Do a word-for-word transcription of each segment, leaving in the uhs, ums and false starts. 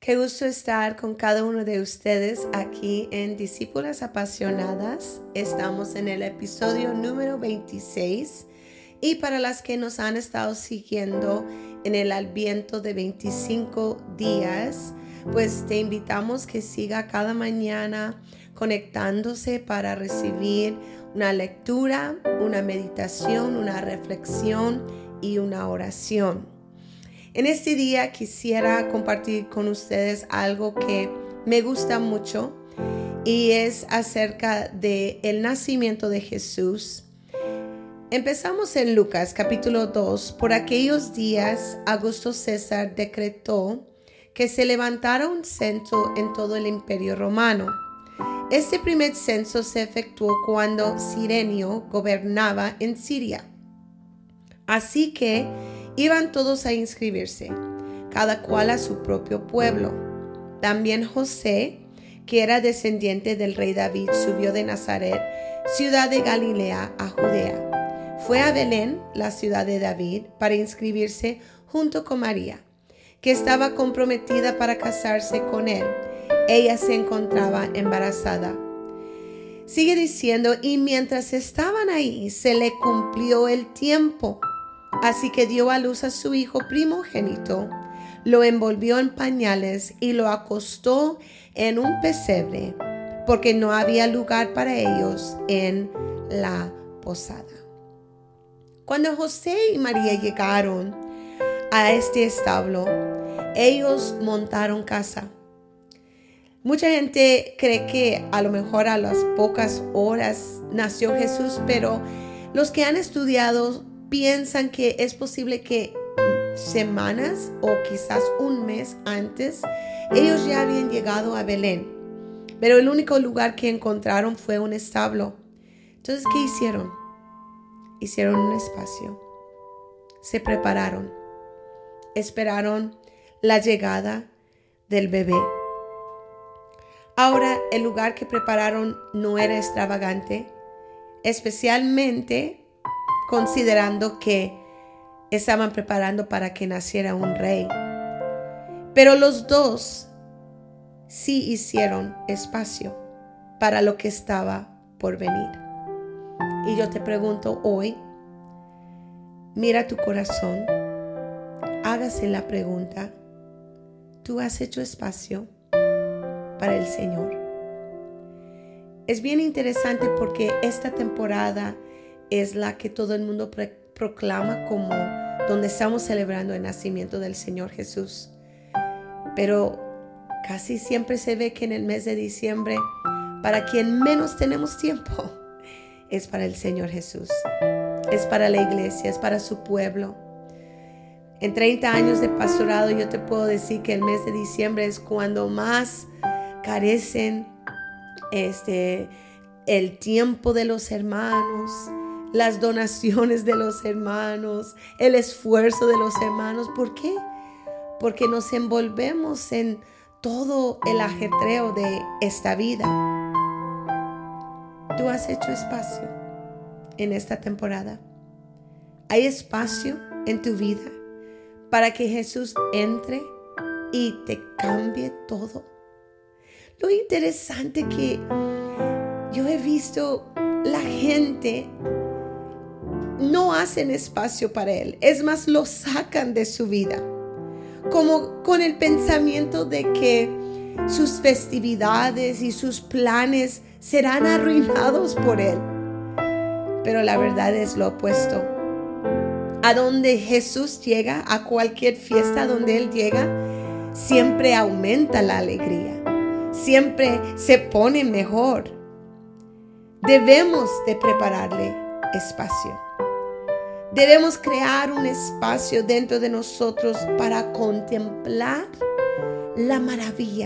Qué gusto estar con cada uno de ustedes aquí en Discípulas Apasionadas. Estamos en el episodio número veintiséis y para las que nos han estado siguiendo en el Adviento de veinticinco días, pues te invitamos que siga cada mañana conectándose para recibir una lectura, una meditación, una reflexión y una oración. En este día quisiera compartir con ustedes algo que me gusta mucho y es acerca del nacimiento de Jesús. Empezamos en Lucas capítulo dos. Por aquellos días, Augusto César decretó que se levantara un censo en todo el Imperio Romano. Este primer censo se efectuó cuando Cirenio gobernaba en Siria. Así que iban todos a inscribirse, cada cual a su propio pueblo. También José, que era descendiente del rey David, subió de Nazaret, ciudad de Galilea, a Judea. Fue a Belén, la ciudad de David, para inscribirse junto con María, que estaba comprometida para casarse con él. Ella se encontraba embarazada. Sigue diciendo, y mientras estaban ahí, se le cumplió el tiempo. Así que dio a luz a su hijo primogénito, lo envolvió en pañales y lo acostó en un pesebre, porque no había lugar para ellos en la posada. Cuando José y María llegaron a este establo, ellos montaron casa. Mucha gente cree que a lo mejor a las pocas horas nació Jesús, pero los que han estudiado piensan que es posible que semanas o quizás un mes antes ellos ya habían llegado a Belén, pero el único lugar que encontraron fue un establo. Entonces, ¿qué hicieron? Hicieron un espacio, se prepararon, esperaron la llegada del bebé. Ahora, el lugar que prepararon no era extravagante, especialmente considerando que estaban preparando para que naciera un rey. Pero los dos sí hicieron espacio para lo que estaba por venir. Y yo te pregunto hoy, mira tu corazón, hágase la pregunta, ¿tú has hecho espacio para el Señor? Es bien interesante porque esta temporada es la que todo el mundo pre- proclama como donde estamos celebrando el nacimiento del Señor Jesús. Pero casi siempre se ve que en el mes de diciembre, para quien menos tenemos tiempo, es para el Señor Jesús. Es para la iglesia, es para su pueblo. En treinta años de pastorado yo te puedo decir que el mes de diciembre es cuando más carecen este, el tiempo de los hermanos, las donaciones de los hermanos, el esfuerzo de los hermanos. ¿Por qué? Porque nos envolvemos en todo el ajetreo de esta vida. ¿Tú has hecho espacio en esta temporada? ¿Hay espacio en tu vida para que Jesús entre y te cambie todo? Lo interesante que yo he visto, la gente no hacen espacio para Él. Es más, lo sacan de su vida, como con el pensamiento de que sus festividades y sus planes serán arruinados por Él. Pero la verdad es lo opuesto. A donde Jesús llega, a cualquier fiesta donde Él llega, siempre aumenta la alegría, siempre se pone mejor. Debemos de prepararle espacio. Debemos crear un espacio dentro de nosotros para contemplar la maravilla.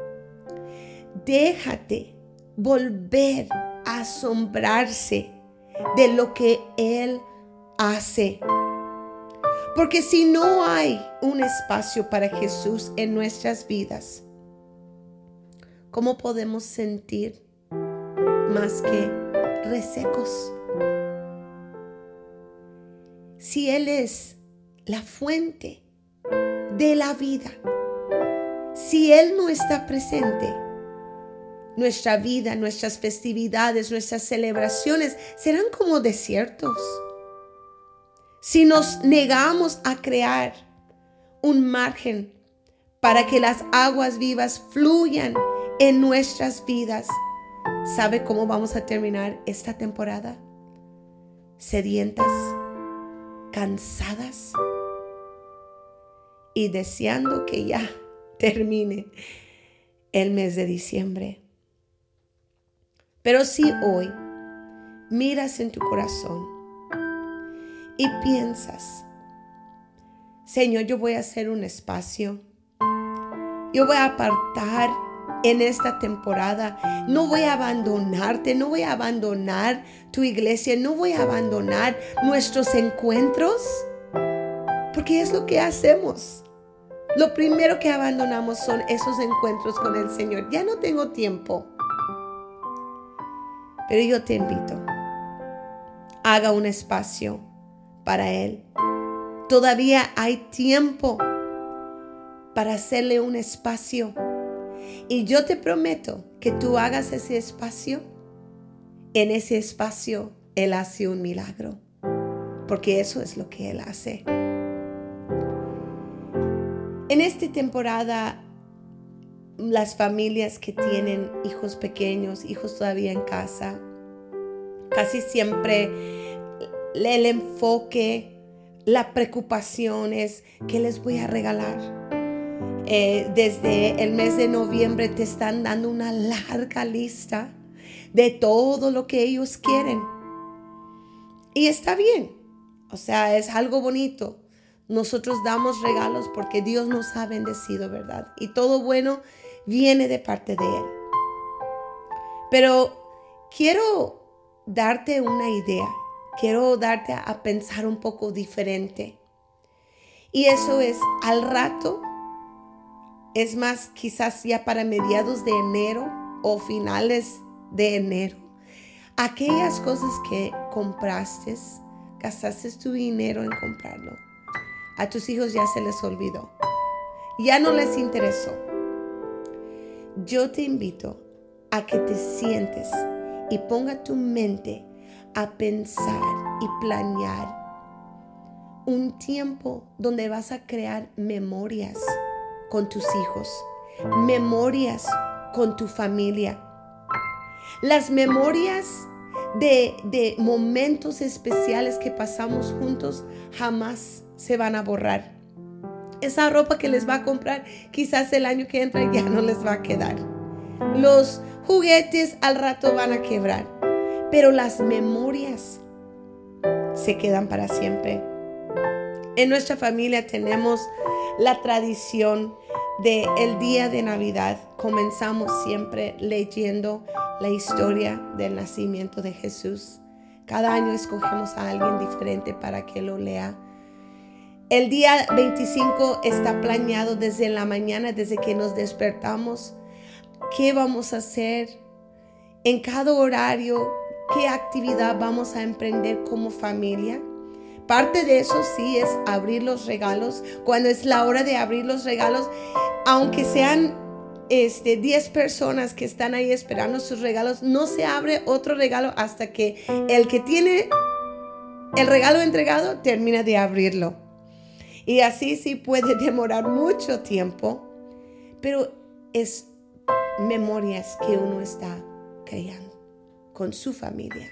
Déjate volver a asombrarse de lo que Él hace. Porque si no hay un espacio para Jesús en nuestras vidas, ¿cómo podemos sentir más que resecos? Si Él es la fuente de la vida, Si Él no está presente, nuestra vida, nuestras festividades, nuestras celebraciones serán como desiertos. Si nos negamos a crear un margen para que las aguas vivas fluyan en nuestras vidas, ¿sabe cómo vamos a terminar esta temporada? Sedientas, cansadas y deseando que ya termine el mes de diciembre. Pero si hoy miras en tu corazón y piensas, Señor, yo voy a hacer un espacio, yo voy a apartar en esta temporada, no voy a abandonarte, no voy a abandonar tu iglesia, no voy a abandonar nuestros encuentros, porque es lo que hacemos. Lo primero que abandonamos son esos encuentros con el Señor. Ya no tengo tiempo. Pero yo te invito, haga un espacio para Él. Todavía hay tiempo para hacerle un espacio. Y yo te prometo que tú hagas ese espacio. En ese espacio Él hace un milagro, porque eso es lo que Él hace. En esta temporada, las familias que tienen hijos pequeños, hijos todavía en casa, casi siempre el enfoque, la preocupación es ¿qué les voy a regalar? Eh, desde el mes de noviembre te están dando una larga lista de todo lo que ellos quieren. Y está bien, o sea, es algo bonito. Nosotros damos regalos porque Dios nos ha bendecido, ¿verdad? Y todo bueno viene de parte de Él. Pero quiero darte una idea. Quiero darte a pensar un poco diferente. Y eso es al rato, es más, quizás ya para mediados de enero o finales de enero, aquellas cosas que compraste, gastaste tu dinero en comprarlo, a tus hijos ya se les olvidó, ya no les interesó. Yo te invito a que te sientes y ponga tu mente a pensar y planear un tiempo donde vas a crear memorias con tus hijos, memorias con tu familia. Las memorias de, de momentos especiales que pasamos juntos jamás se van a borrar. Esa ropa que les va a comprar quizás el año que entra ya no les va a quedar. Los juguetes al rato van a quebrar, pero las memorias se quedan para siempre. En nuestra familia tenemos la tradición de el día de Navidad. Comenzamos siempre leyendo la historia del nacimiento de Jesús. Cada año escogemos a alguien diferente para que lo lea. El día veinticinco está planeado desde la mañana, desde que nos despertamos. ¿Qué vamos a hacer? En cada horario, ¿qué actividad vamos a emprender como familia? Parte de eso sí es abrir los regalos. Cuando es la hora de abrir los regalos, aunque sean este, diez personas que están ahí esperando sus regalos, no se abre otro regalo hasta que el que tiene el regalo entregado termina de abrirlo. Y así sí puede demorar mucho tiempo, pero es memorias que uno está creando con su familia.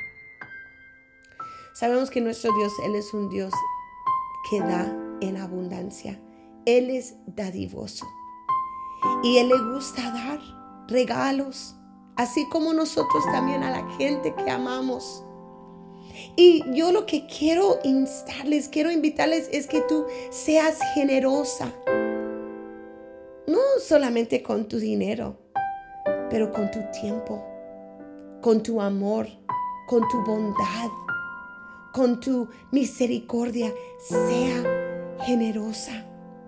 Sabemos que nuestro Dios, Él es un Dios que da en abundancia. Él es dadivoso. Y Él le gusta dar regalos, así como nosotros también a la gente que amamos. Y yo lo que quiero instarles, quiero invitarles es que tú seas generosa. No solamente con tu dinero, pero con tu tiempo, con tu amor, con tu bondad, con tu misericordia. Sea generosa.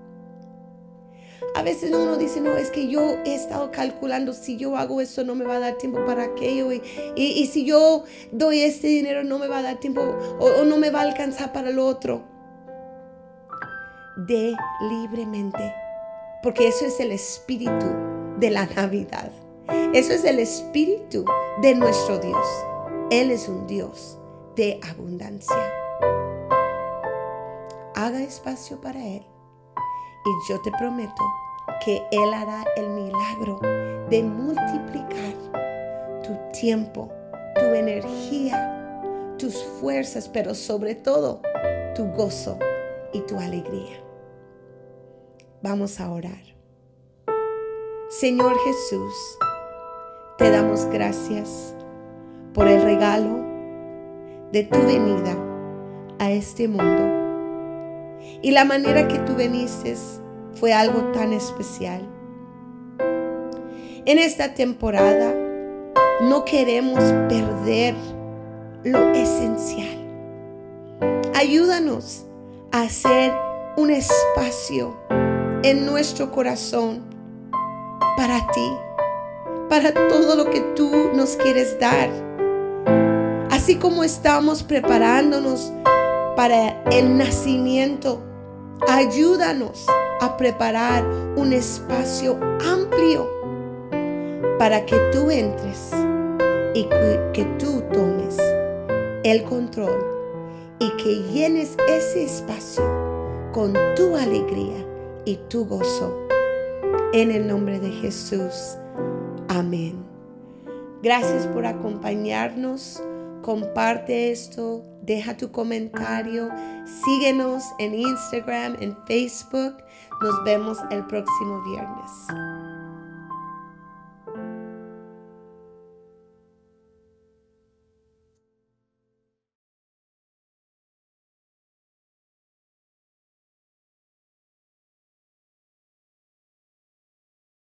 A veces uno dice, no, es que yo he estado calculando, si yo hago eso no me va a dar tiempo para aquello, y, y, y si yo doy este dinero no me va a dar tiempo o, o no me va a alcanzar para lo otro. Dé libremente, porque eso es el espíritu de la Navidad. Eso es el espíritu de nuestro Dios. Él es un Dios de abundancia. Haga espacio para Él y yo te prometo que Él hará el milagro de multiplicar tu tiempo, tu energía, tus fuerzas, pero sobre todo tu gozo y tu alegría. Vamos a orar. Señor Jesús, te damos gracias por el regalo de tu venida a este mundo. Y la manera que tú viniste fue algo tan especial. En esta temporada no queremos perder lo esencial. Ayúdanos a hacer un espacio en nuestro corazón para ti, para todo lo que tú nos quieres dar. Así como estamos preparándonos para el nacimiento, ayúdanos a preparar un espacio amplio para que tú entres y que tú tomes el control y que llenes ese espacio con tu alegría y tu gozo. En el nombre de Jesús. Amén. Gracias por acompañarnos. Comparte esto, deja tu comentario, síguenos en Instagram, en Facebook. Nos vemos el próximo viernes.